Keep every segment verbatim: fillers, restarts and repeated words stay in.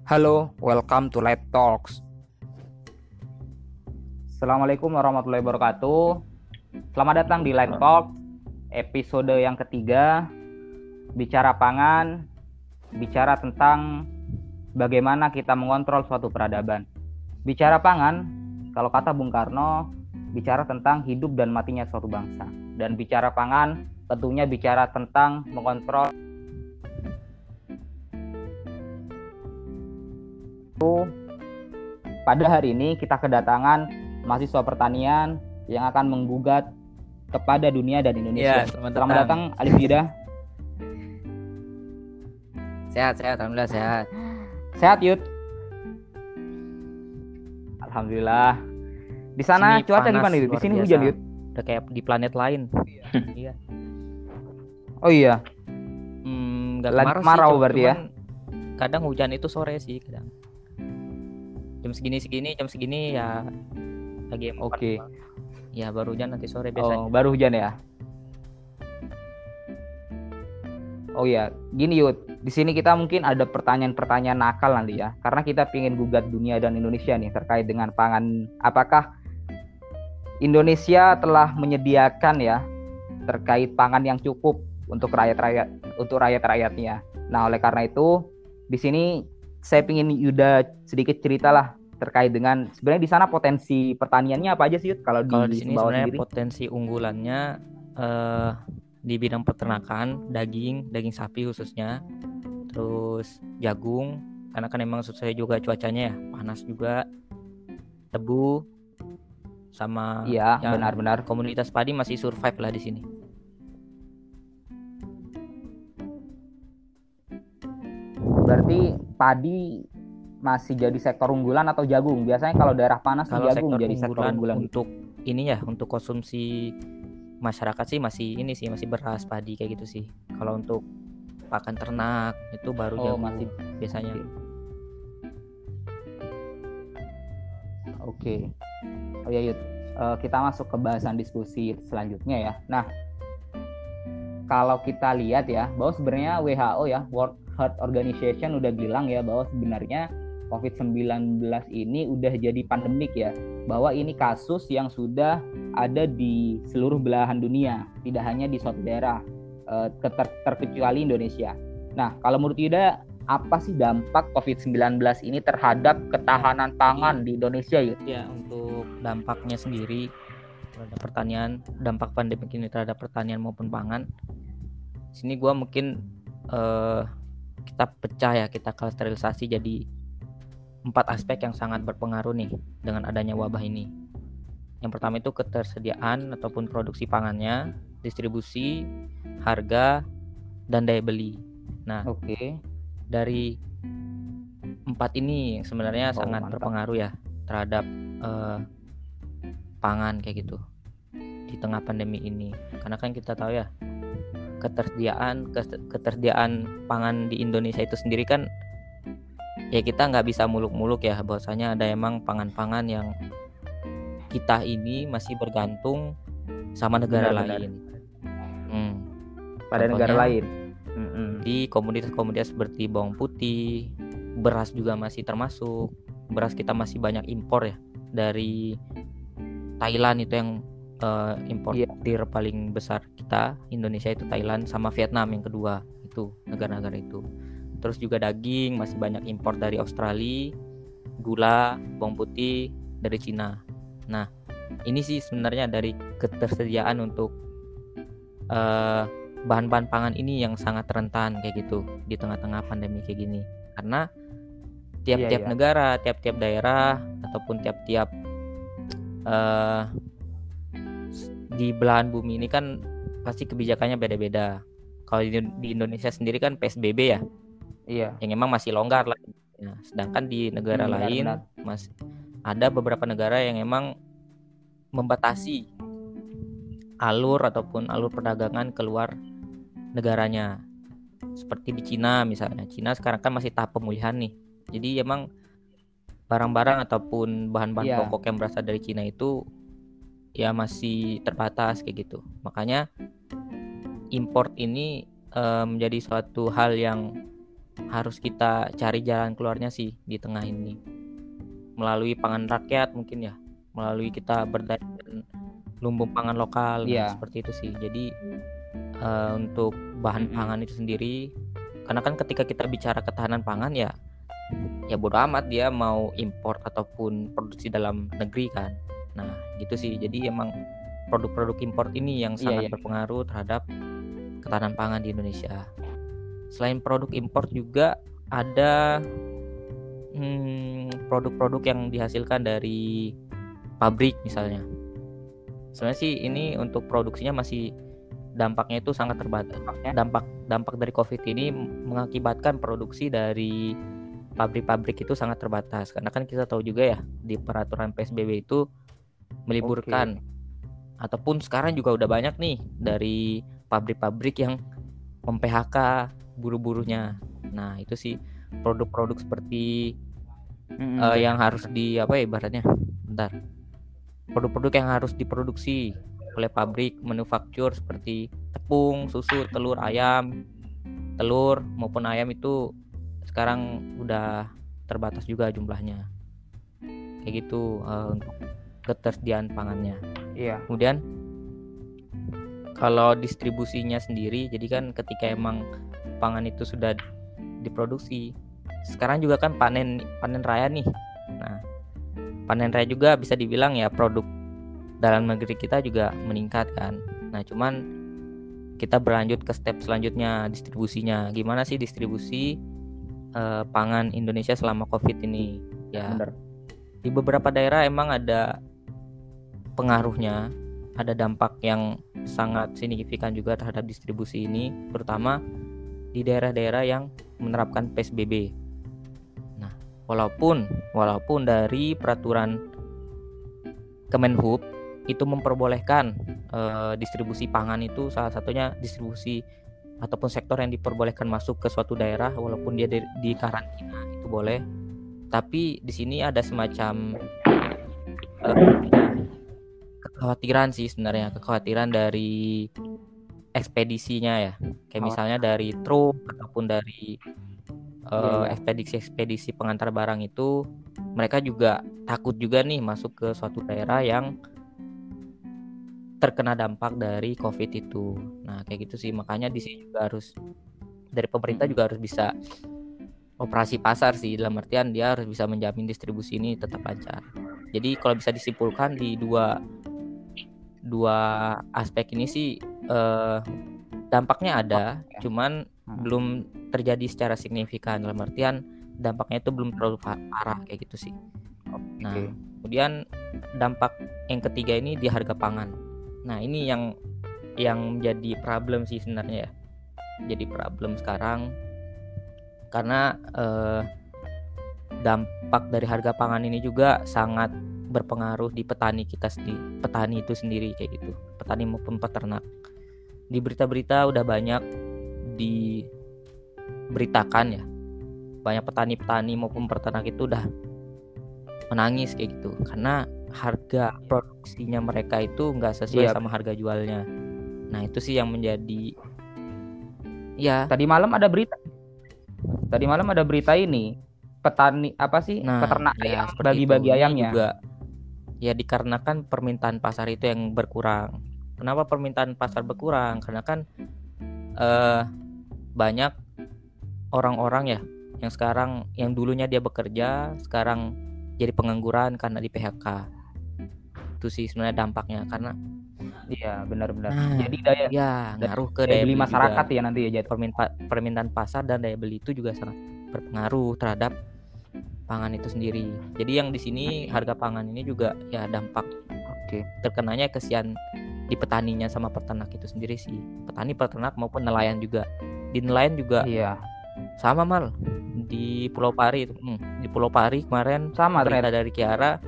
Halo, welcome to Light Talks. Assalamualaikum warahmatullahi wabarakatuh. Selamat datang di Light Talk, episode yang ketiga. Bicara pangan, bicara tentang bagaimana kita mengontrol suatu peradaban. Bicara pangan, kalau kata Bung Karno, bicara tentang hidup dan matinya suatu bangsa. Dan bicara pangan, tentunya bicara tentang mengontrol Pada hari ini kita kedatangan mahasiswa pertanian yang akan menggugat kepada dunia dan Indonesia. Ya, selamat, selamat datang, Alif Dida. Sehat, sehat, alhamdulillah sehat. Sehat, Yud. Alhamdulillah. Di sana Sini cuaca panas, gimana, Yud? Di luar sini biasa. hujan, Yud. Udah kayak di planet lain. Iya. Oh iya. Hmm, nggak Lagi kemarau sih, kemarau cuman- berarti ya? Kadang hujan itu sore sih, kadang. Jam segini segini, jam segini ya lagi empat. Oke. Ya baru hujan nanti sore biasanya. Oh, baru hujan ya? Oh iya, gini Yud. Di sini kita mungkin ada pertanyaan-pertanyaan nakal nanti ya. Karena kita ingin gugat dunia dan Indonesia nih terkait dengan pangan. Apakah Indonesia telah menyediakan ya terkait pangan yang cukup untuk rakyat-rakyat untuk rakyat-rakyatnya. Nah, oleh karena itu di sini saya ingin Yuda sedikit ceritalah terkait dengan sebenarnya di sana potensi pertaniannya apa aja sih Yud kalau Kalau di di sini Sumbawa sebenarnya sendiri? potensi unggulannya eh, di bidang peternakan, daging, daging sapi khususnya, terus jagung, karena kan emang sesuai juga cuacanya ya, panas juga, tebu, sama Iya, ya, benar-benar. komunitas padi masih survive lah di sini. Berarti padi masih jadi sektor unggulan atau jagung? Biasanya kalau daerah panas Kalau jagung sektor jadi sektor unggulan unggulan. untuk ini ya, untuk konsumsi masyarakat sih masih ini sih masih beras padi kayak gitu sih. Kalau untuk pakan ternak itu baru Oh, jagung masih. biasanya. Oke. Oh ya Yud, Eh, kita masuk ke bahasan diskusi selanjutnya ya. Nah, kalau kita lihat ya, bahwa sebenarnya W H O ya, World Health Organization udah bilang ya bahwa sebenarnya covid sembilan belas ini udah jadi pandemik ya. Bahwa ini kasus yang sudah ada di seluruh belahan dunia, tidak hanya di suatu daerah, eh, ter- terkecuali Indonesia. Nah, kalau menurut Yuda, apa sih dampak covid sembilan belas ini terhadap ketahanan pangan di Indonesia, Yud? Ya, untuk dampaknya sendiri terhadap pertanian, dampak pandemi ini terhadap pertanian maupun pangan. Sini gua mungkin eh, kita pecah ya, kita klasterisasi jadi empat aspek yang sangat berpengaruh nih dengan adanya wabah ini. Yang pertama itu ketersediaan ataupun produksi pangannya, distribusi, harga, dan daya beli. Nah, Oke. dari empat ini sebenarnya Oh, sangat mantap. berpengaruh ya terhadap eh, pangan kayak gitu di tengah pandemi ini. Karena kan kita tahu ya ketersediaan ketersediaan pangan di Indonesia itu sendiri kan ya kita nggak bisa muluk-muluk ya, bahwasanya ada emang pangan-pangan yang kita ini masih bergantung sama negara Benar-benar. lain. Hmm. Pada Contohnya, negara lain. Mm-mm. di komoditas-komoditas seperti bawang putih, beras juga masih termasuk. Beras kita masih banyak impor ya dari Thailand, itu yang uh, importir Iya. paling besar kita. Indonesia itu Thailand, sama Vietnam yang kedua, itu negara-negara itu. Terus juga daging masih banyak impor dari Australia, gula, bawang putih dari Cina. Nah, ini sih sebenarnya dari ketersediaan untuk uh, bahan-bahan pangan ini yang sangat rentan kayak gitu di tengah-tengah pandemi kayak gini. Karena tiap-tiap Iya, iya. negara, tiap-tiap daerah ataupun tiap-tiap uh, di belahan bumi ini kan pasti kebijakannya beda-beda. Kalau di, di Indonesia sendiri kan P S B B ya, Iya. yang memang masih longgar lah. Nah, sedangkan di negara Hmm, lain benar-benar. masih ada beberapa negara yang emang membatasi alur ataupun alur perdagangan keluar negaranya. Seperti di Cina misalnya. Cina sekarang kan masih tahap pemulihan nih. Jadi emang barang-barang ataupun bahan-bahan Iya. pokok yang berasal dari Cina itu ya masih terbatas kayak gitu. Makanya import ini eh, menjadi suatu hal yang harus kita cari jalan keluarnya sih di tengah ini, melalui pangan rakyat mungkin ya, melalui kita berdaya lumbung pangan lokal. Nah, Iya. seperti itu sih. Jadi uh, untuk bahan Mm-mm. pangan itu sendiri, karena kan ketika kita bicara ketahanan pangan ya ya bodo amat dia mau import ataupun produksi dalam negeri kan. Nah gitu sih, jadi emang produk-produk import ini yang Iya, sangat iya. berpengaruh terhadap ketahanan pangan di Indonesia. Selain produk import juga ada hmm, produk-produk yang dihasilkan dari pabrik misalnya. Sebenarnya sih ini untuk produksinya masih dampaknya itu sangat terbatas. Dampak dampak dari COVID ini mengakibatkan produksi dari pabrik-pabrik itu sangat terbatas, karena kan kita tahu juga ya di peraturan P S B B itu meliburkan. Oke. Ataupun sekarang juga udah banyak nih dari pabrik-pabrik yang mem-P H K buruh-buruhnya. Nah itu sih produk-produk seperti mm-hmm. uh, yang harus di apa ya ibaratnya bentar produk-produk yang harus diproduksi oleh pabrik manufaktur seperti tepung, susu, telur, ayam, telur maupun ayam itu sekarang udah terbatas juga jumlahnya, kayak gitu uh, untuk ketersediaan pangannya. Iya. Kemudian kalau distribusinya sendiri, jadi kan ketika emang pangan itu sudah diproduksi, sekarang juga kan panen panen raya nih. Nah panen raya juga bisa dibilang ya produk dalam negeri kita juga meningkat kan. Nah cuman kita berlanjut ke step selanjutnya, distribusinya. Gimana sih distribusi Uh, pangan Indonesia selama COVID ini ya. Bener. Di beberapa daerah emang ada pengaruhnya, ada dampak yang sangat signifikan juga terhadap distribusi ini, terutama di daerah-daerah yang menerapkan P S B B. Nah, walaupun walaupun dari peraturan Kemenhub itu memperbolehkan uh, distribusi pangan itu, salah satunya distribusi ataupun sektor yang diperbolehkan masuk ke suatu daerah walaupun dia di, di karantina itu boleh, tapi di sini ada semacam uh, kekhawatiran sih sebenarnya, kekhawatiran dari ekspedisinya ya, kayak misalnya dari truk ataupun dari uh, ekspedisi-ekspedisi pengantar barang itu, mereka juga takut juga nih masuk ke suatu daerah yang terkena dampak dari COVID itu. Nah kayak gitu sih, makanya di sini juga harus dari pemerintah juga harus bisa operasi pasar sih, dalam artian dia harus bisa menjamin distribusi ini tetap lancar. Jadi kalau bisa disimpulkan di dua dua aspek ini sih eh, dampaknya ada, oh, cuman hmm. belum terjadi secara signifikan, dalam artian dampaknya itu belum terlalu parah kayak gitu sih. Okay. Nah kemudian dampak yang ketiga ini di harga pangan. Nah ini yang yang menjadi problem sih sebenarnya ya, jadi problem sekarang karena eh, dampak dari harga pangan ini juga sangat berpengaruh di petani kita sendiri, petani itu sendiri kayak gitu, petani maupun peternak. Di berita-berita udah banyak diberitakan ya, banyak petani-petani maupun peternak itu udah menangis kayak gitu karena harga produksinya mereka itu nggak sesuai yep. sama harga jualnya. Nah itu sih yang menjadi ya. Tadi malam ada berita. Tadi malam ada berita ini petani apa sih nah, peternak ya, ayam bagi-bagi ayamnya. Juga, ya dikarenakan permintaan pasar itu yang berkurang. Kenapa permintaan pasar berkurang? Karena kan eh, banyak orang-orang ya yang sekarang yang dulunya dia bekerja sekarang jadi pengangguran karena di P H K. Itu sih sebenarnya dampaknya, karena iya benar-benar. Nah, jadi daya ya ngaruh ke daya, daya beli masyarakat juga. Ya nanti ya, jadi permintaan permintaan pasar dan daya beli itu juga sangat berpengaruh terhadap pangan itu sendiri. Jadi yang di sini harga pangan ini juga ya dampak Oke. terkenanya kesian di petaninya sama peternak itu sendiri sih. Petani, peternak maupun nelayan juga. Di nelayan juga iya. Sama Mal. Di Pulau Pari itu, hmm, di Pulau Pari kemarin sama berita dari Kiara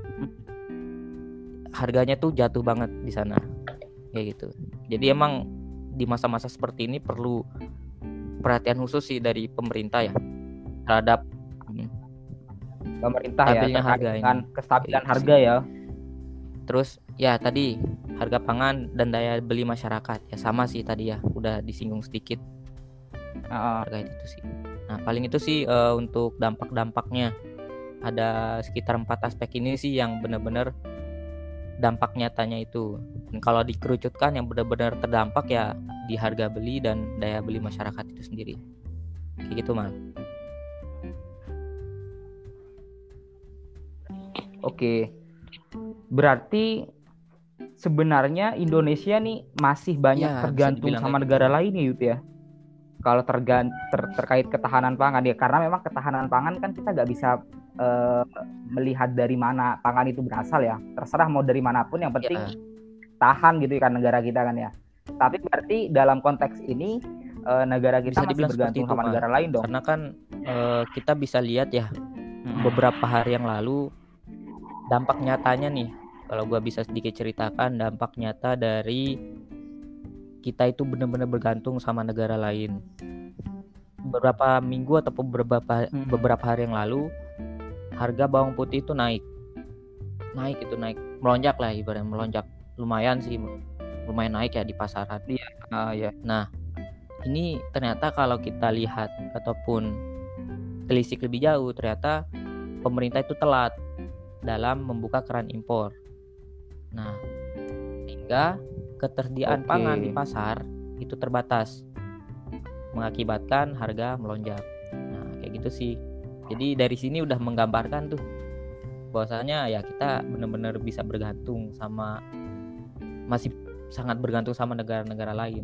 harganya tuh jatuh banget di sana. Kayak gitu. Jadi emang di masa-masa seperti ini perlu perhatian khusus sih dari pemerintah ya terhadap pemerintah ya harga dengan kestabilan harga ya. Terus ya tadi harga pangan dan daya beli masyarakat ya sama sih tadi ya udah disinggung sedikit. Uh, terkait itu sih. Nah paling itu sih uh, untuk dampak-dampaknya ada sekitar empat aspek ini sih yang benar-benar dampak nyatanya itu. Dan kalau dikerucutkan yang benar-benar terdampak ya di harga beli dan daya beli masyarakat itu sendiri. Kayak gitu Mal. Oke, berarti sebenarnya Indonesia nih masih banyak Ya, tergantung sama negara gitu. lain ya Yud ya. Kalau tergan ter terkait ketahanan pangan ya, karena memang ketahanan pangan kan kita nggak bisa uh, melihat dari mana pangan itu berasal ya. Terserah mau dari manapun, yang penting ya. tahan gitu kan negara kita kan ya. Tapi berarti dalam konteks ini uh, negara kita bisa masih bergantung sama itu, negara lain dong. Karena kan uh, kita bisa lihat ya hmm. beberapa hari yang lalu dampak nyatanya nih, kalau gue bisa sedikit ceritakan dampak nyata dari kita itu benar-benar bergantung sama negara lain. Beberapa minggu atau beberapa hmm. beberapa hari yang lalu harga bawang putih itu naik, naik itu naik, melonjak lah ibaratnya melonjak, lumayan sih, lumayan naik ya di pasaran. Iya. Uh, ya. Nah ini ternyata kalau kita lihat ataupun telisik lebih jauh, ternyata pemerintah itu telat dalam membuka keran impor. Nah, sehingga ketersediaan okay. pangan di pasar itu terbatas, mengakibatkan harga melonjak. Nah, kayak gitu sih. Jadi dari sini udah menggambarkan tuh bahwasanya ya kita benar-benar bisa bergantung sama, masih sangat bergantung sama negara-negara lain.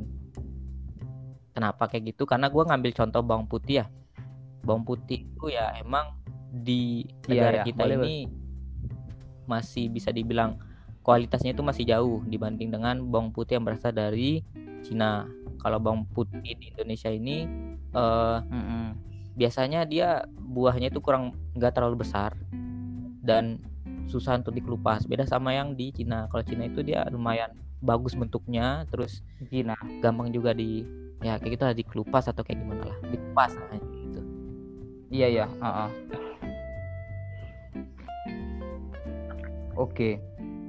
Kenapa kayak gitu? Karena gue ngambil contoh bawang putih ya. Bawang putih itu ya emang di negara iya, kita boleh, ini boleh. masih bisa dibilang kualitasnya itu masih jauh dibanding dengan bawang putih yang berasal dari Cina. Kalau bawang putih di Indonesia ini uh, biasanya dia buahnya itu kurang nggak terlalu besar dan susah untuk dikelupas. Beda sama yang di Cina. Kalau Cina itu dia lumayan bagus bentuknya, terus Cina gampang juga di ya kayak gitu lah, dikelupas atau kayak gimana lah, dikupas lah gitu. Iya ya. Uh-uh. Oke.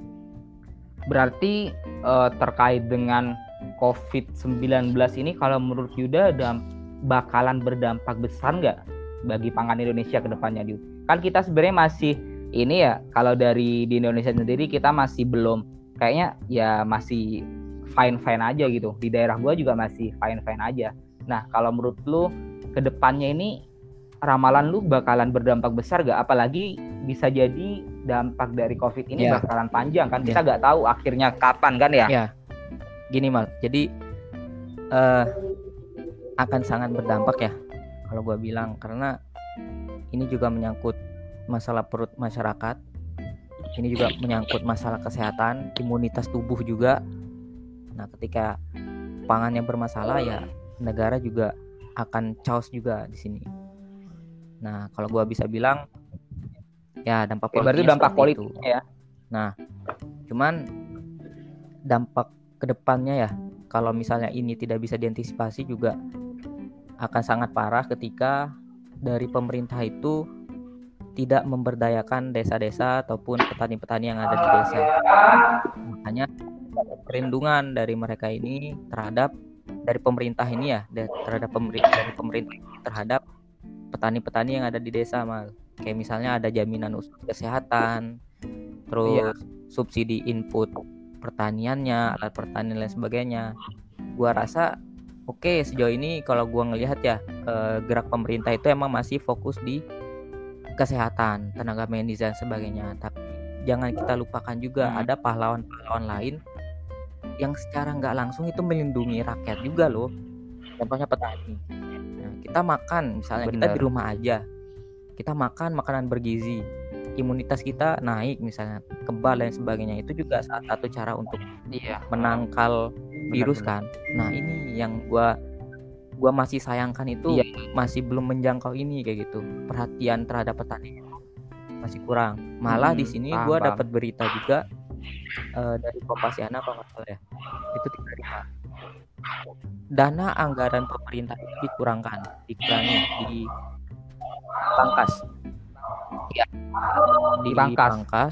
Berarti uh, terkait dengan covid sembilan belas ini, kalau menurut Yuda damp- bakalan berdampak besar nggak bagi pangan Indonesia ke depannya, Yud? Kan kita sebenarnya masih ini ya, kalau dari di Indonesia sendiri kita masih belum, kayaknya ya masih fine-fine aja gitu. Di daerah gua juga masih fine-fine aja. Nah, kalau menurut lu ke depannya ini ramalan lu bakalan berdampak besar nggak? Apalagi bisa jadi dampak dari COVID ini yeah. bakalan panjang kan, kita nggak yeah. tahu akhirnya kapan kan ya. Yeah. Gini Mal, jadi uh, akan sangat berdampak ya kalau gue bilang, karena ini juga menyangkut masalah perut masyarakat, ini juga menyangkut masalah kesehatan, imunitas tubuh juga. Nah ketika pangan yang bermasalah ya negara juga akan chaos juga di sini. Nah kalau gue bisa bilang ya dampak politiknya berarti dampak politiknya ya. Nah, cuman dampak kedepannya ya, kalau misalnya ini tidak bisa diantisipasi juga akan sangat parah ketika dari pemerintah itu tidak memberdayakan desa-desa ataupun petani-petani yang ada di desa. Makanya perlindungan dari mereka ini terhadap dari pemerintah ini ya, terhadap pemerintah dari pemerintah terhadap petani-petani yang ada di desa, Mal. Kayak misalnya ada jaminan usaha kesehatan, terus iya. subsidi input pertaniannya, alat pertanian dan sebagainya. Gua rasa oke okay, sejauh ini kalau gua ngelihat ya eh, gerak pemerintah itu emang masih fokus di kesehatan, tenaga medis dan sebagainya. Tapi jangan kita lupakan juga hmm. ada pahlawan-pahlawan lain yang secara nggak langsung itu melindungi rakyat juga loh. Contohnya petani. Nah, kita makan misalnya Bener. kita di rumah aja. Kita makan makanan bergizi, imunitas kita naik misalnya, kebal dan sebagainya. Itu juga salah satu cara untuk iya. menangkal virus Benar, kan. Nah ini yang gua gua masih sayangkan itu iya. masih belum menjangkau ini kayak gitu. Perhatian terhadap petani masih kurang. Malah hmm, di sini gua dapat berita juga uh, dari Kompasiana kalau nggak salah ya. Itu tiga lima. Dana anggaran pemerintah itu dikurangkan, dikurangi di pangkas ya di pangkas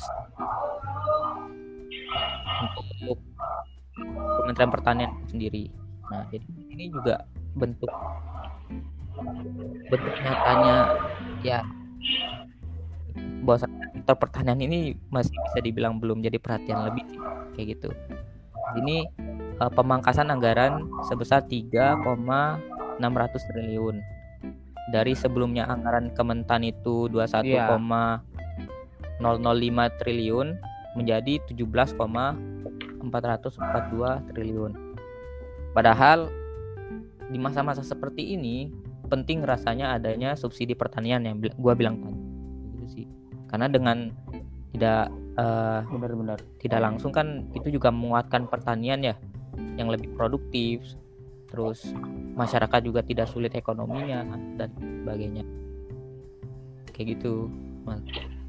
untuk Kementerian Pertanian sendiri. Nah jadi ini juga bentuk bentuk nyatanya ya bahwa sektor pertanian ini masih bisa dibilang belum jadi perhatian lebih sih, kayak gitu. Ini uh, pemangkasan anggaran sebesar tiga koma enam ratus triliun. Dari sebelumnya anggaran Kementan itu dua puluh satu koma nol nol lima triliun menjadi tujuh belas koma empat ratus empat puluh dua triliun. Padahal di masa-masa seperti ini penting rasanya adanya subsidi pertanian yang gua bilang tadi. Gitu sih. Karena dengan tidak uh, benar-benar tidak langsung kan itu juga menguatkan pertanian ya yang lebih produktif. Terus masyarakat juga tidak sulit ekonominya dan sebagainya. Kayak gitu, Mas.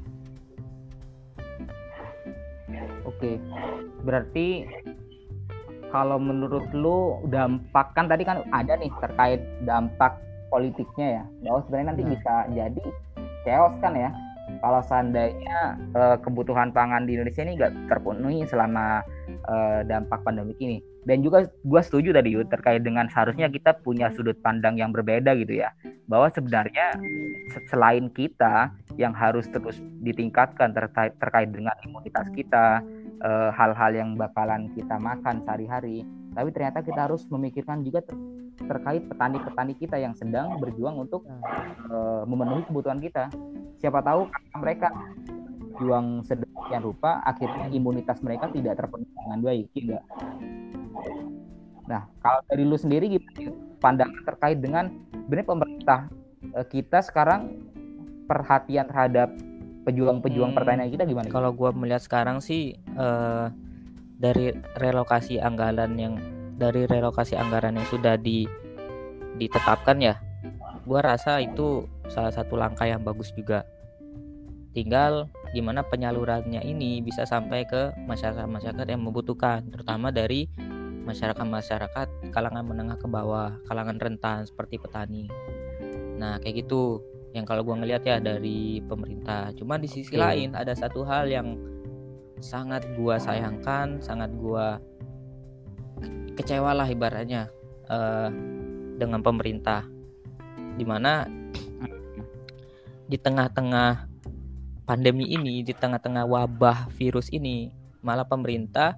Oke. Berarti kalau menurut lu dampak, kan tadi kan ada nih terkait dampak politiknya ya. Bahwa sebenarnya nanti nah. bisa jadi chaos kan ya. Kalau seandainya uh, kebutuhan pangan di Indonesia ini nggak terpenuhi selama uh, dampak pandemi ini. Dan juga gue setuju tadi Yud, terkait dengan seharusnya kita punya sudut pandang yang berbeda gitu ya. Bahwa sebenarnya selain kita yang harus terus ditingkatkan terkait, terkait dengan imunitas kita, uh, hal-hal yang bakalan kita makan sehari-hari. Tapi ternyata kita harus memikirkan juga ter- terkait petani-petani kita yang sedang berjuang untuk uh, memenuhi kebutuhan kita. Siapa tahu mereka juang sedemikian rupa akhirnya imunitas mereka tidak terpenuhi dengan baik, tidak. Nah, kalau dari lu sendiri gimana pandangan terkait dengan sebenarnya pemerintah kita sekarang perhatian terhadap pejuang-pejuang hmm, pertanian kita gimana? Kalau gue melihat sekarang sih uh, dari relokasi anggaran yang dari relokasi anggaran yang sudah di, ditetapkan ya, gue rasa itu salah satu langkah yang bagus juga. Tinggal gimana penyalurannya ini bisa sampai ke masyarakat-masyarakat yang membutuhkan, terutama dari masyarakat-masyarakat kalangan menengah ke bawah, kalangan rentan seperti petani. Nah kayak gitu yang kalau gue ngelihat ya dari pemerintah. Cuma di sisi okay. lain ada satu hal yang sangat gue sayangkan, sangat gue kecewa lah ibaratnya uh, dengan pemerintah, dimana di tengah-tengah pandemi ini, di tengah-tengah wabah virus ini, malah pemerintah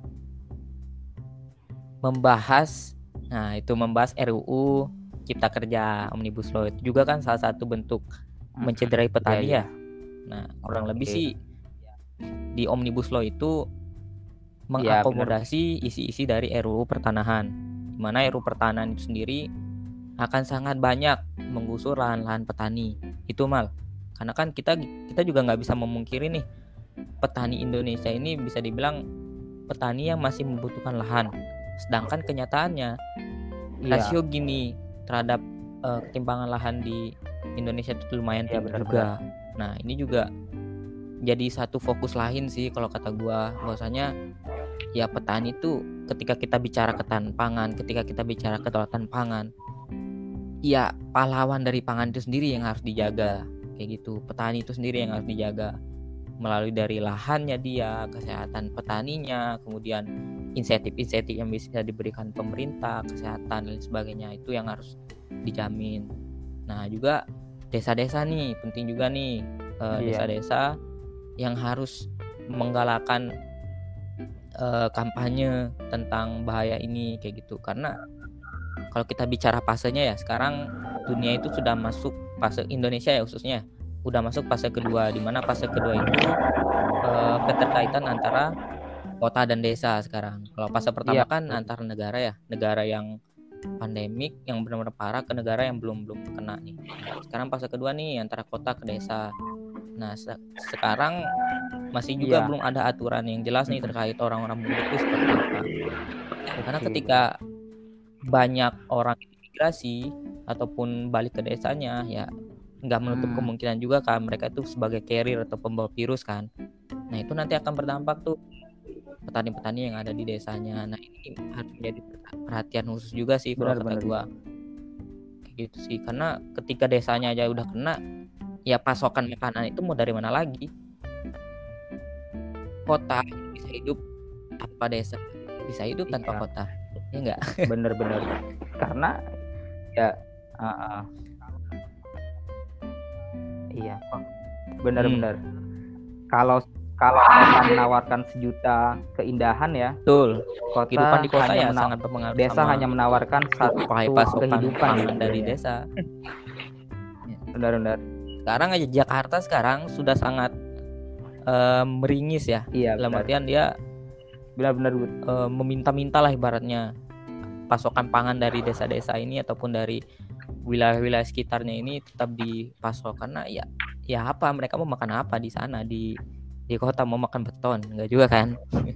membahas, nah itu membahas R U U Cipta Kerja Omnibus Law, itu juga kan salah satu bentuk mencederai petani ya, ya. Nah kurang lebih okay. sih di Omnibus Law itu mengakomodasi ya, isi-isi dari R U U Pertanahan, di mana R U U Pertanahan itu sendiri akan sangat banyak menggusur lahan-lahan petani. Itu mal, karena kan kita kita juga nggak bisa memungkiri nih petani Indonesia ini bisa dibilang petani yang masih membutuhkan lahan. Sedangkan kenyataannya ya. rasio gini terhadap uh, ketimpangan lahan di Indonesia itu lumayan ya, tinggi juga. Nah ini juga jadi satu fokus lain sih kalau kata gua, bahwasanya ya petani itu ketika kita bicara ketahanan pangan, ketika kita bicara kedaulatan pangan, ya pahlawan dari pangan itu sendiri yang harus dijaga, kayak gitu. Petani itu sendiri yang harus dijaga melalui dari lahannya dia, kesehatan petaninya, kemudian insentif-insentif yang bisa diberikan pemerintah, kesehatan dan sebagainya, itu yang harus dijamin. Nah juga desa-desa nih penting juga nih, uh, iya. desa-desa yang harus menggalakkan uh, kampanye tentang bahaya ini kayak gitu. Karena kalau kita bicara fasenya ya, sekarang dunia itu sudah masuk fase, Indonesia ya khususnya udah masuk fase kedua, di mana fase kedua itu uh, keterkaitan antara kota dan desa sekarang. Kalau fase pertama iya. kan antar negara ya, negara yang pandemik yang benar-benar parah ke negara yang belum belum kena nih. Sekarang fase kedua nih antara kota ke desa. Nah se- sekarang masih juga yeah. belum ada aturan yang jelas nih terkait orang-orang mudik itu seperti apa. Karena ketika banyak orang imigrasi ataupun balik ke desanya, ya nggak menutup hmm. kemungkinan juga kan mereka itu sebagai carrier atau pembawa virus kan. Nah itu nanti akan berdampak tuh petani-petani yang ada di desanya. Nah ini harus menjadi perhatian khusus juga sih kalau kata gua. Kayak gitu sih, karena ketika desanya aja udah kena, ya pasokan makanan itu mau dari mana lagi? Kota bisa hidup tanpa desa, bisa hidup tanpa iya. kota, ya enggak? Bener-bener. Karena Ya, uh, uh, iya, benar-benar. Hmm. Kalau kalau kota menawarkan sejuta keindahan ya, betul. Kota Kehidupan di kota hanya ya mena- sangat berpengaruh. desa sama hanya menawarkan satu pasokan kehidupan pangan gitu dari ya. desa. Benar-benar. Sekarang aja Jakarta sekarang sudah sangat uh, meringis ya. Iya, dalam benar. artian dia benar-benar uh, meminta-minta lah ibaratnya pasokan pangan dari desa-desa ini ataupun dari wilayah-wilayah sekitarnya ini tetap dipasok, karena ya ya apa mereka mau makan apa di sana, di di kota mau makan beton enggak juga kan.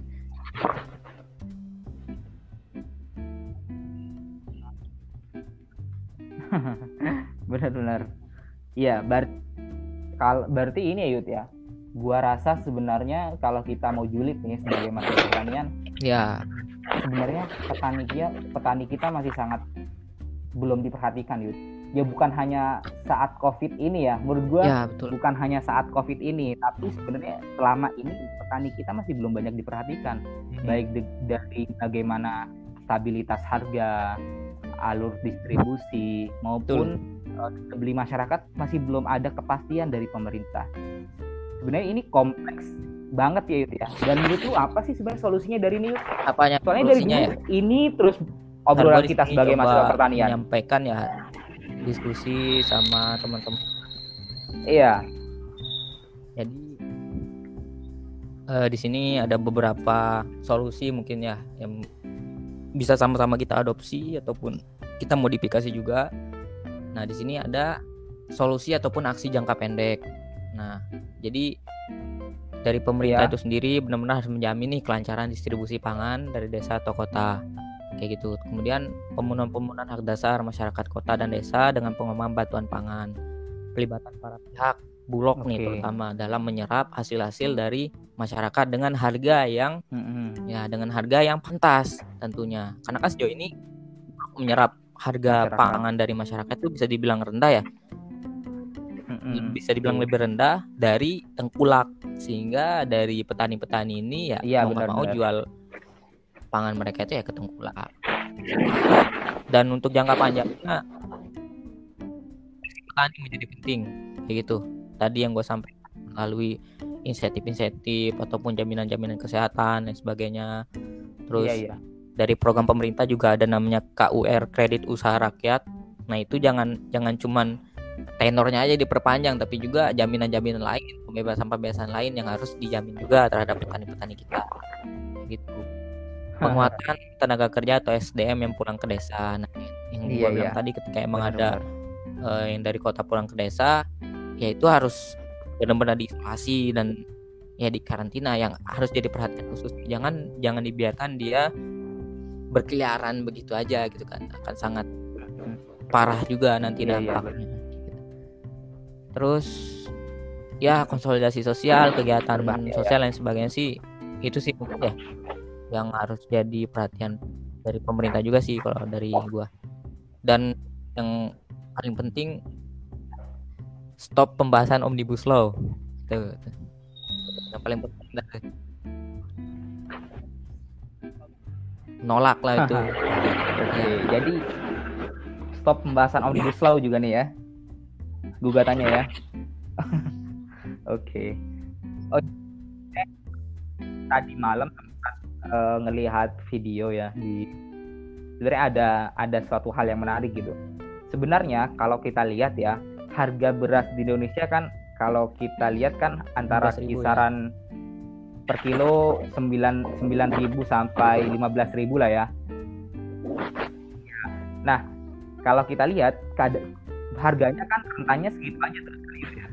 benar-benar. Iya, ber- kal- berarti ini ya Yud ya. Gua rasa sebenarnya kalau kita mau julid nih sebagai masyarakat pertanian, ya sebenarnya petani kita, petani kita masih sangat belum diperhatikan Yud. Ya bukan hanya saat Covid ini ya, menurut gua ya, betul. bukan hanya saat Covid ini, tapi sebenarnya selama ini petani kita masih belum banyak diperhatikan, hmm. baik de- dari bagaimana stabilitas harga, alur distribusi maupun uh, beli masyarakat masih belum ada kepastian dari pemerintah. Sebenarnya ini kompleks banget ya Yud ya. Dan menurut lu apa sih sebenarnya solusinya dari ini Yud? Apanya? Soalnya dari dulu ya? Ini terus obrolan kita sebagai masyarakat pertanian. Menyampaikan ya diskusi sama teman-teman. Iya. Jadi uh, di sini ada beberapa solusi mungkin ya yang bisa sama-sama kita adopsi ataupun kita modifikasi juga. Nah, di sini ada solusi ataupun aksi jangka pendek. Nah, jadi dari pemerintah ya. Itu sendiri benar-benar harus menjamin nih kelancaran distribusi pangan dari desa atau kota. Kayak gitu. Kemudian pemenuhan-pemenuhan hak dasar masyarakat kota dan desa dengan pengembangan bantuan pangan. Pelibatan para pihak, Bulog okay. nih terutama dalam menyerap hasil-hasil dari masyarakat dengan harga yang mm-hmm. ya dengan harga yang pantas tentunya. Karena kan sejauh ini menyerap harga masyarakat. Pangan dari masyarakat itu bisa dibilang rendah ya. Mm-hmm. Bisa dibilang lebih rendah dari tengkulak, sehingga dari petani-petani ini ya, ya mau benar, mau benar. Jual pangan mereka itu ya ke tengkulak. Dan untuk jangka panjangnya petani menjadi penting kayak gitu. Tadi yang gue sampaikan melalui insentif-insentif ataupun jaminan-jaminan kesehatan dan sebagainya. Terus iya, iya. dari program pemerintah juga ada namanya K U R, kredit usaha rakyat. Nah itu jangan jangan cuman tenornya aja diperpanjang, tapi juga jaminan-jaminan lain, pembebasan-pembebasan lain yang harus dijamin juga terhadap petani-petani kita. Gitu. Penguatan tenaga kerja atau S D M yang pulang ke desa. Nah, yang iya, gua bilang iya. tadi ketika emang benar, ada uh, yang dari kota pulang ke desa, ya itu harus benar-benar diisolasi dan ya di karantina, yang harus jadi perhatian khusus. Jangan jangan dibiarkan dia berkeliaran begitu aja gitu kan, akan sangat parah juga nanti iya, dampaknya. Iya, terus ya konsolidasi sosial, kegiatan Berbahaya, sosial ya. Dan sebagainya sih itu sih mungkin ya yang harus jadi perhatian dari pemerintah juga sih kalau dari gua. Dan yang paling penting stop pembahasan Omnibus Law. Tuh, tuh. Yang paling penting dah. Nolak lah itu. Oke, jadi stop pembahasan Omnibus Law juga nih ya. Gugatannya ya. Oke. Oh, tadi malam uh, ngelihat video ya di sebenarnya ada ada suatu hal yang menarik gitu. Sebenarnya kalau kita lihat ya, harga beras di Indonesia kan kalau kita lihat kan antara kisaran ya. Per kilo sembilan ribu sampai lima belas ribu lah ya. Nah, kalau kita lihat kad- harganya kan rentannya segitu aja terus ya.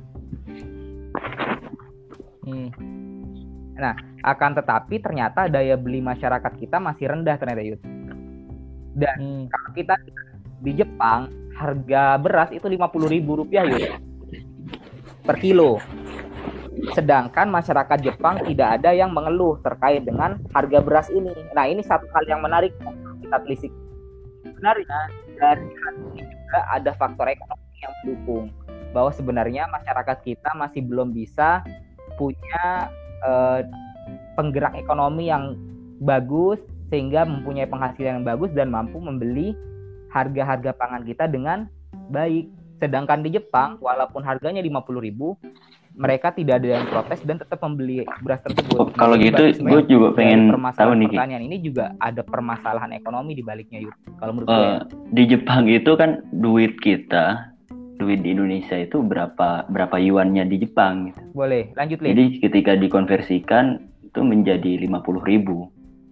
Hmm. Nah, akan tetapi ternyata daya beli masyarakat kita masih rendah ternyata Yud. Dan hmm. kalau kita di Jepang harga beras itu lima puluh ribu rupiah Yud per kilo. Sedangkan masyarakat Jepang tidak ada yang mengeluh terkait dengan harga beras ini. Nah, ini satu hal yang menarik kita telisik. Sebenarnya dari hal ini juga ada faktor ekonomi yang mendukung bahwa sebenarnya masyarakat kita masih belum bisa punya eh, penggerak ekonomi yang bagus sehingga mempunyai penghasilan yang bagus dan mampu membeli harga-harga pangan kita dengan baik. Sedangkan di Jepang, walaupun harganya lima puluh ribu, mereka tidak ada yang protes dan tetap membeli beras tersebut. Oh, kalau Jadi gitu, berarti gue sebenarnya juga dari pengen tahu permasalahan nih, Ki. pertanian ini juga ada permasalahan ekonomi di baliknya, Yud. Kalau menurut Eh, gue ya. di Jepang itu kan duit kita, duit di Indonesia itu berapa berapa yuannya di Jepang gitu. Boleh, lanjut, Lin. Jadi ketika dikonversikan itu menjadi lima puluh ribu.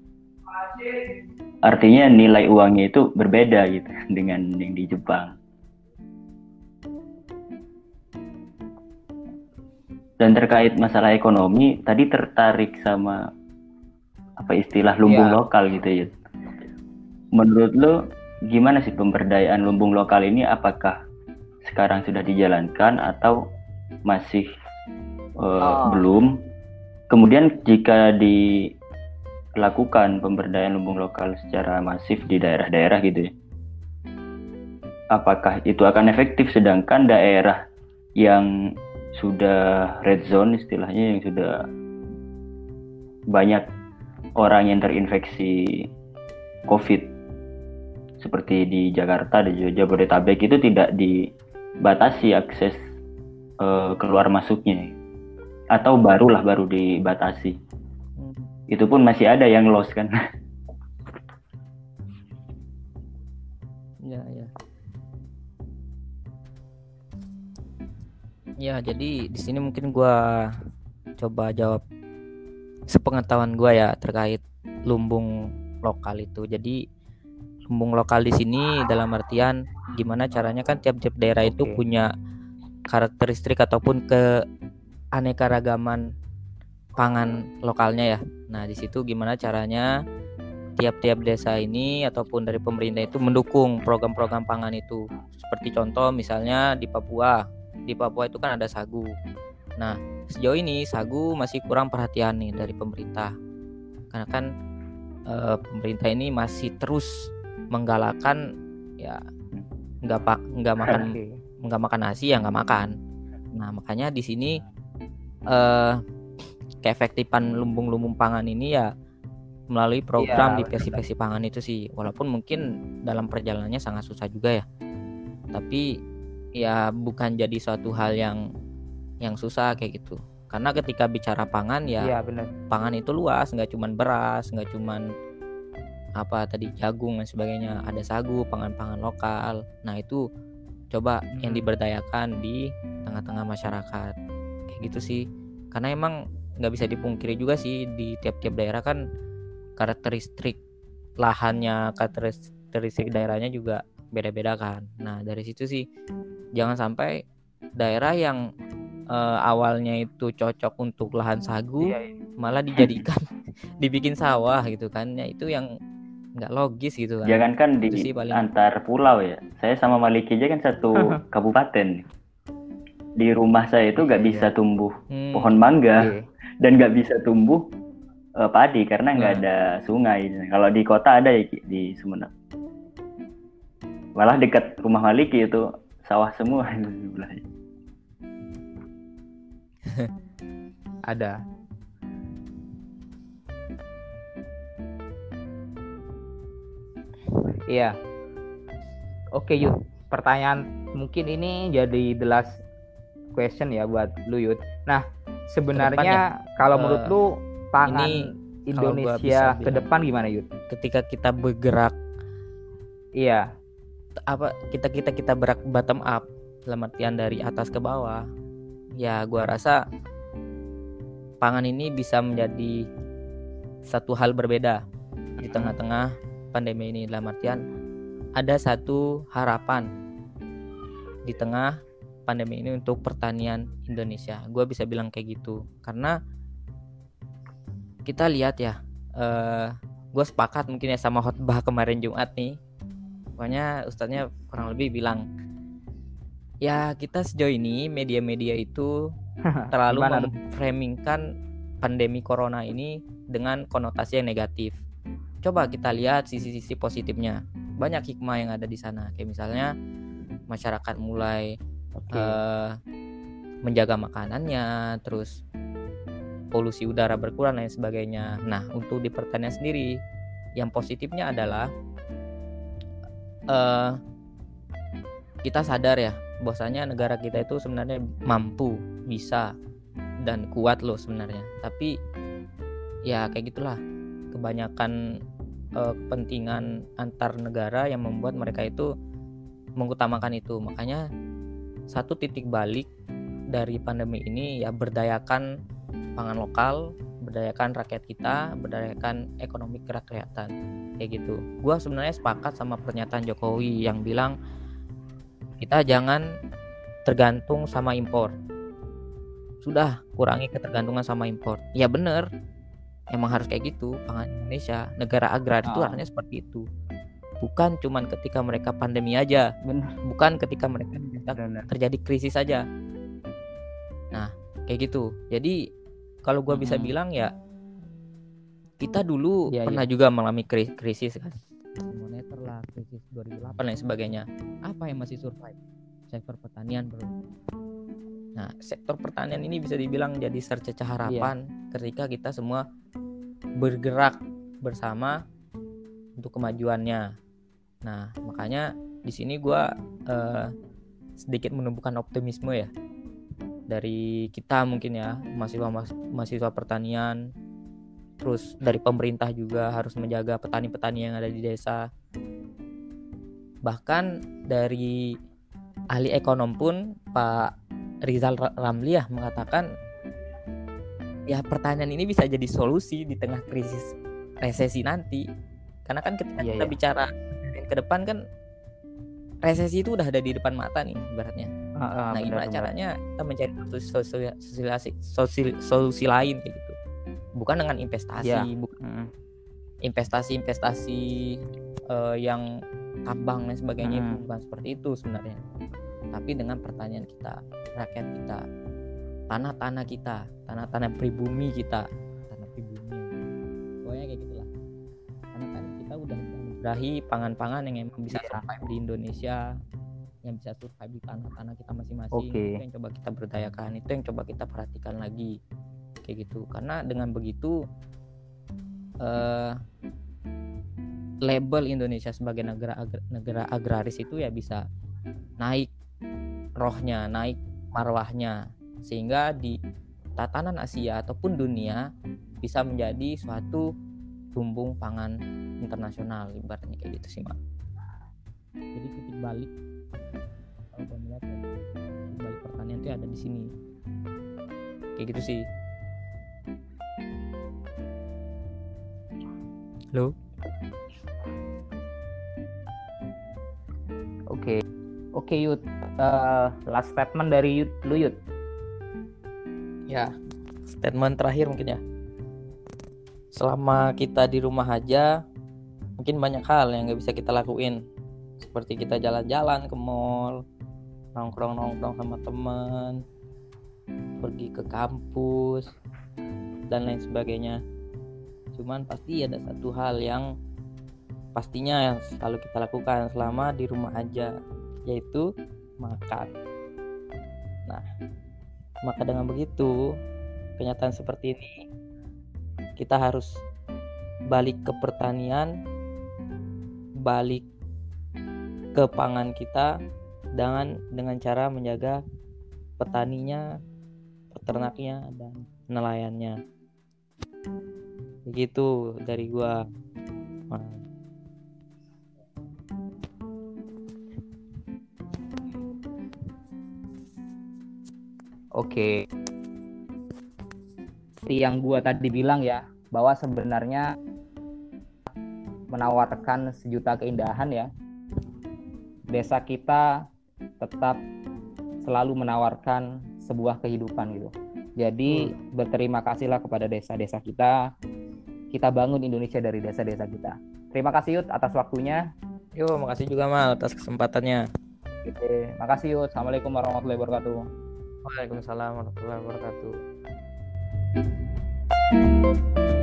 Artinya nilai uangnya itu berbeda gitu dengan yang di Jepang. Dan terkait masalah ekonomi, tadi tertarik sama apa istilah lumbung Iya. lokal gitu ya. Menurut lo gimana sih pemberdayaan lumbung lokal ini? Apakah sekarang sudah dijalankan atau masih uh, Oh. belum? Kemudian jika dilakukan pemberdayaan lumbung lokal secara masif di daerah-daerah gitu ya, apakah itu akan efektif? Sedangkan daerah yang sudah red zone istilahnya, yang sudah banyak orang yang terinfeksi COVID seperti di Jakarta, di Jabodetabek, itu tidak dibatasi akses uh, keluar masuknya, atau barulah baru dibatasi. Hmm. Itu pun masih ada yang lost kan. Ya, ya. Ya, jadi di sini mungkin gua coba jawab sepengetahuan gua ya terkait lumbung lokal itu. Jadi lumbung lokal di sini dalam artian gimana caranya, kan tiap-tiap daerah itu Oke. punya karakteristik ataupun keanekaragaman pangan lokalnya ya. Nah, di situ gimana caranya tiap-tiap desa ini ataupun dari pemerintah itu mendukung program-program pangan itu. Seperti contoh misalnya di Papua. Di Papua itu kan ada sagu. Nah, sejauh ini sagu masih kurang perhatian nih dari pemerintah. Karena kan e, pemerintah ini masih terus menggalakkan ya nggak pak nggak makan Oke. nggak makan nasi ya nggak makan. Nah, makanya di sini eh, keefektifan lumbung-lumbung pangan ini ya melalui program Iya, diversifikasi pangan itu sih. Walaupun mungkin dalam perjalanannya sangat susah juga ya. Tapi ya bukan jadi suatu hal yang yang susah kayak gitu. Karena ketika bicara pangan ya, Iya, benar. pangan itu luas, nggak cuman beras, nggak cuman apa tadi jagung dan sebagainya, ada sagu, pangan-pangan lokal. Nah, itu coba Hmm. yang diberdayakan di tengah-tengah masyarakat kayak gitu sih. Karena emang nggak bisa dipungkiri juga sih, di tiap-tiap daerah kan karakteristik lahannya, karakteristik daerahnya juga beda-beda kan. Nah, dari situ sih jangan sampai daerah yang eh, awalnya itu cocok untuk lahan sagu Iya, iya. malah dijadikan dibikin sawah gitu kan. Ya, itu yang nggak logis gitu kan. Jangankan Itu di sih paling. antar pulau ya. Saya sama Maliki aja kan satu kabupaten. Di rumah saya itu nggak Iya, bisa iya. tumbuh Hmm, pohon mangga Oke. dan nggak bisa tumbuh eh, padi karena nggak Nah. ada sungai. Kalau di kota ada ya Ki, di Sumeneb. Malah dekat rumah Maliki itu sawah semua di sebelahnya. Ada. Iya. Oke, Yud. Pertanyaan mungkin ini jadi the last question ya buat lu, Yud. Nah, sebenarnya kalau eh, menurut lu pangan ini kalau gua Indonesia bisa ke bilang. depan gimana, Yud? ketika kita bergerak Iya. apa kita kita kita berak bottom up dalam artian dari atas ke bawah, ya gua rasa pangan ini bisa menjadi satu hal berbeda di tengah-tengah pandemi ini. Dalam artian ada satu harapan di tengah pandemi ini untuk pertanian Indonesia. Gua bisa bilang kayak gitu karena kita lihat ya, eh, gue sepakat mungkin ya sama khotbah kemarin Jumat nih. Pokoknya ustadznya kurang lebih bilang, ya kita sejauh ini media-media itu terlalu Gimana tuh? memframingkan pandemi corona ini dengan konotasi yang negatif. Coba kita lihat sisi-sisi positifnya. Banyak hikmah yang ada di sana. Kayak misalnya masyarakat mulai Oke. eh, menjaga makanannya, terus polusi udara berkurang dan sebagainya. Nah, untuk di pertanian sendiri, yang positifnya adalah uh, kita sadar ya bahwasanya negara kita itu sebenarnya mampu, bisa dan kuat loh sebenarnya. Tapi ya kayak gitulah, kebanyakan uh, kepentingan antar negara yang membuat mereka itu mengutamakan itu. Makanya satu titik balik dari pandemi ini ya berdayakan pangan lokal, berdayakan rakyat kita, berdayakan ekonomi kerakyatan, kayak gitu. Gua sebenarnya sepakat sama pernyataan Jokowi yang bilang kita jangan tergantung sama impor. Sudah kurangi ketergantungan sama impor. Ya bener, emang harus kayak gitu. Pangan Indonesia, negara agraris itu Oh. harusnya seperti itu. Bukan cuman ketika mereka pandemi aja, Benar. bukan ketika mereka Benar. terjadi krisis saja. Nah, kayak gitu. Jadi kalau gue bisa Mm-mm. bilang ya, kita dulu Iya, pernah juga mengalami kri- krisis kan, moneter lah, krisis dua ribu delapan dan sebagainya. Apa yang masih survive? Sektor pertanian, bro. Nah, sektor pertanian ini bisa dibilang jadi secercah harapan ketika kita semua bergerak bersama untuk kemajuannya. Nah, makanya di sini gue uh, sedikit menumbuhkan optimisme ya dari kita mungkin ya, mahasiswa mahasiswa pertanian, terus dari pemerintah juga harus menjaga petani-petani yang ada di desa. Bahkan dari ahli ekonom pun Pak Rizal Ramli ya mengatakan ya pertanian ini bisa jadi solusi di tengah krisis resesi nanti. Karena kan ketika Iya, kita iya. bicara ke depan kan resesi itu udah ada di depan mata nih ibaratnya. Ah, ah, Nah, gimana benar-benar. caranya kita mencari solusi, solusi, solusi, solusi lain kayak gitu. Bukan dengan investasi, Iya. bukan Mm. investasi-investasi uh, yang tambang dan sebagainya, Mm. itu bukan seperti itu sebenarnya. Tapi dengan pertanian kita, rakyat kita, tanah-tanah kita, tanah-tanah pribumi kita, tanah pribumi. Pokoknya kayak gitulah. Karena kan kita udah menganugerahi pangan-pangan yang emang bisa Iya. survive di Indonesia, yang bisa survive di tanah-tanah kita masing-masing. Oke. Itu yang coba kita berdayakan, itu yang coba kita perhatikan lagi kayak gitu. Karena dengan begitu uh, label Indonesia sebagai negara agra- negara agraris itu ya bisa naik rohnya, naik marwahnya, sehingga di tatanan Asia ataupun dunia bisa menjadi suatu lumbung pangan internasional, ibaratnya kayak gitu sih, Mak. Jadi titik balik kalau gue melihat ya, titik balik pertanian itu ada di sini, kayak gitu sih. Halo. Oke. Oke, Yud. Uh, last statement dari Yud, lu Yud. Ya, statement terakhir mungkin ya. Selama kita di rumah aja, mungkin banyak hal yang nggak bisa kita lakuin. Seperti kita jalan-jalan ke mall, nongkrong-nongkrong sama teman, pergi ke kampus, dan lain sebagainya. Cuman pasti ada satu hal yang pastinya yang selalu kita lakukan selama di rumah aja, yaitu makan. Nah, maka dengan begitu, kenyataan seperti ini, kita harus balik ke pertanian, balik ke pangan kita dengan dengan cara menjaga petaninya, peternaknya, dan nelayannya. Begitu dari gua. Oke. Seperti yang gua tadi bilang ya, bahwa sebenarnya menawarkan sejuta keindahan ya. Desa kita tetap selalu menawarkan sebuah kehidupan gitu. Jadi hmm. berterima kasihlah kepada desa-desa kita. Kita bangun Indonesia dari desa-desa kita. Terima kasih Yud atas waktunya. Yo, makasih juga Mal atas kesempatannya. Oke, makasih Yud. Assalamualaikum warahmatullahi wabarakatuh. Waalaikumsalam warahmatullahi wabarakatuh.